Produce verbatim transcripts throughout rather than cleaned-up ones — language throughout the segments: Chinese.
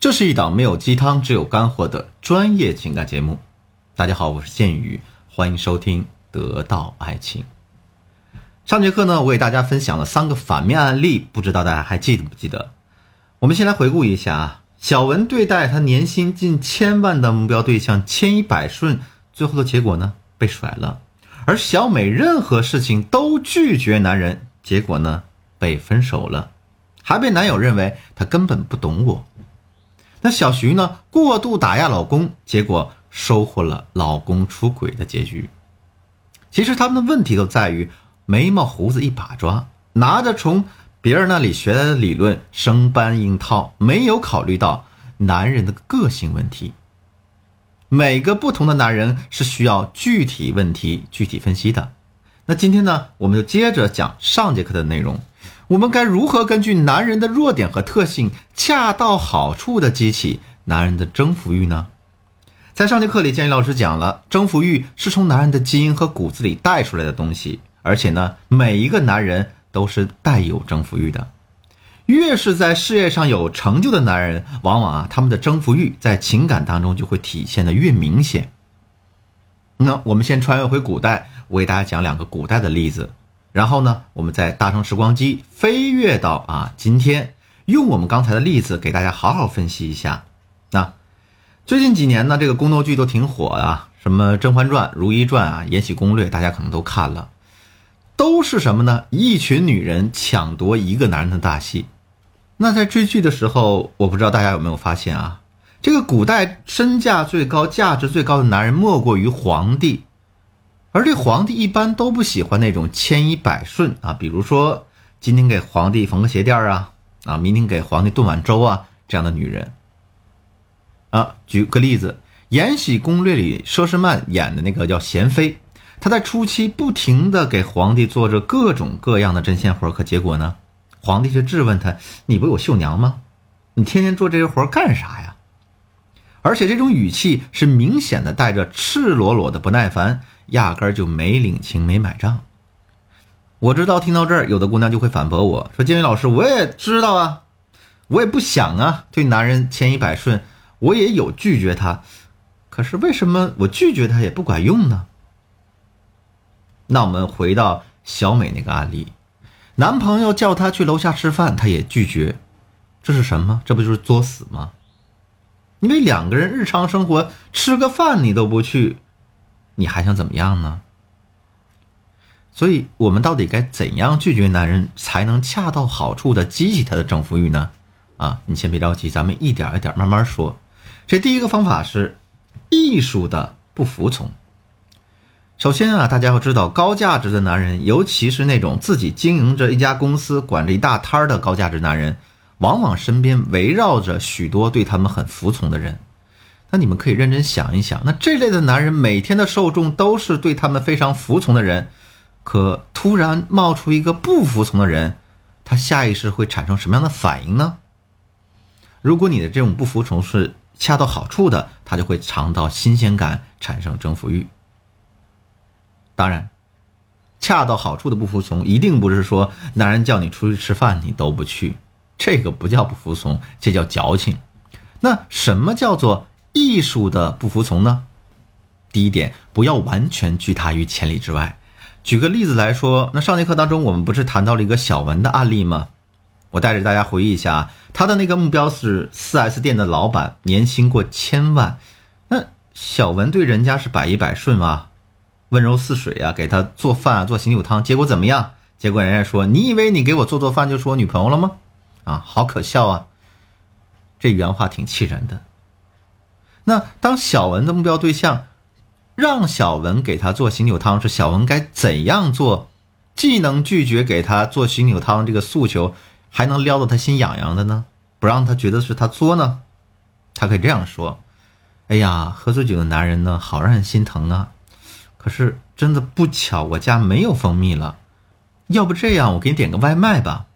这是一档没有鸡汤只有干货的专业情感节目。大家好，我是剑宇，欢迎收听得到爱情。上节课呢，我给大家分享了三个反面案例，不知道大家还记得不记得？我们先来回顾一下啊，小文对待他年薪近千万的目标对象千依百顺，最后的结果呢，被甩了。而小美任何事情都拒绝男人，结果呢，被分手了，还被男友认为他根本不懂我。那小徐呢，过度打压老公，结果收获了老公出轨的结局。其实他们的问题都在于眉毛胡子一把抓，拿着从别人那里学来的理论生搬硬套，没有考虑到男人的个性问题。每个不同的男人是需要具体问题具体分析的。那今天呢，我们就接着讲上节课的内容，我们该如何根据男人的弱点和特性，恰到好处的激起男人的征服欲呢？在上节课里，建议老师讲了，征服欲是从男人的基因和骨子里带出来的东西，而且呢，每一个男人都是带有征服欲的。越是在事业上有成就的男人，往往啊，他们的征服欲在情感当中就会体现得越明显。那我们先穿越回古代，我给大家讲两个古代的例子，然后呢，我们再搭乘时光机飞跃到啊今天，用我们刚才的例子给大家好好分析一下。那最近几年呢，这个宫斗剧都挺火啊，什么《甄嬛传》《如懿传》啊，《延禧攻略》，大家可能都看了，都是什么呢？一群女人抢夺一个男人的大戏。那在追剧的时候，我不知道大家有没有发现啊，这个古代身价最高、价值最高的男人莫过于皇帝，而这皇帝一般都不喜欢那种千依百顺啊，比如说今天给皇帝缝个鞋垫啊，啊，明天给皇帝炖碗粥啊，这样的女人。啊，举个例子，《延禧攻略》里佘诗曼演的那个叫娴妃，她在初期不停地给皇帝做着各种各样的针线活，可结果呢，皇帝就质问他，你不有绣娘吗？你天天做这些活干啥呀？而且这种语气是明显的带着赤裸裸的不耐烦，压根儿就没领情没买账。我知道听到这儿，有的姑娘就会反驳我说，建宇老师，我也知道啊，我也不想啊对男人千依百顺，我也有拒绝他，可是为什么我拒绝他也不管用呢？那我们回到小美那个案例，男朋友叫她去楼下吃饭，她也拒绝，这是什么？这不就是作死吗？因为两个人日常生活吃个饭你都不去，你还想怎么样呢？所以我们到底该怎样拒绝男人才能恰到好处的激起他的征服欲呢？啊，你先别着急，咱们一点一点慢慢说。这第一个方法是艺术的不服从。首先啊，大家要知道，高价值的男人，尤其是那种自己经营着一家公司管着一大摊的高价值男人，往往身边围绕着许多对他们很服从的人。那你们可以认真想一想，那这类的男人每天的受众都是对他们非常服从的人，可突然冒出一个不服从的人，他下意识会产生什么样的反应呢？如果你的这种不服从是恰到好处的，他就会尝到新鲜感，产生征服欲。当然，恰到好处的不服从一定不是说男人叫你出去吃饭你都不去，这个不叫不服从，这叫矫情。那什么叫做艺术的不服从呢？第一点，不要完全拒他于千里之外。举个例子来说，那上节课当中我们不是谈到了一个小文的案例吗？我带着大家回忆一下，他的那个目标是 四 S 店的老板，年薪过千万。那小文对人家是百依百顺啊，温柔似水啊，给他做饭啊，做醒酒汤，结果怎么样？结果人家说，你以为你给我做做饭就是我女朋友了吗？啊，好可笑啊！这原话挺气人的。那当小文的目标对象让小文给他做醒酒汤时，小文该怎样做，既能拒绝给他做醒酒汤这个诉求，还能撩到他心痒痒的呢？不让他觉得是他作呢？他可以这样说，哎呀，喝醉酒的男人呢，好让人心疼啊，可是真的不巧，我家没有蜂蜜了，要不这样，我给你点个外卖吧。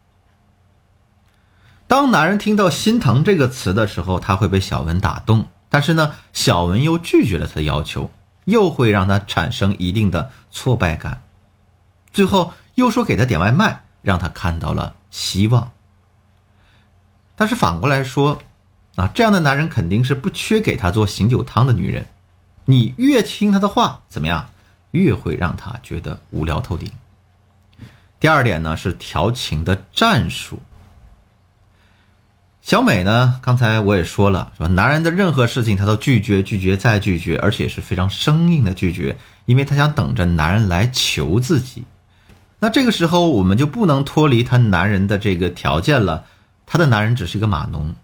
当男人听到心疼这个词的时候，他会被小文打动，但是呢，小文又拒绝了他的要求，又会让他产生一定的挫败感，最后又说给他点外卖，让他看到了希望。但是反过来说， 啊，这样的男人肯定是不缺给他做醒酒汤的女人。你越听他的话，怎么样？越会让他觉得无聊透顶。第二点呢，是调情的战术。小美呢，刚才我也说了，说男人的任何事情她都拒绝拒绝再拒绝，而且是非常生硬的拒绝，因为她想等着男人来求自己。那这个时候我们就不能脱离她男人的这个条件了，她的男人只是一个码农，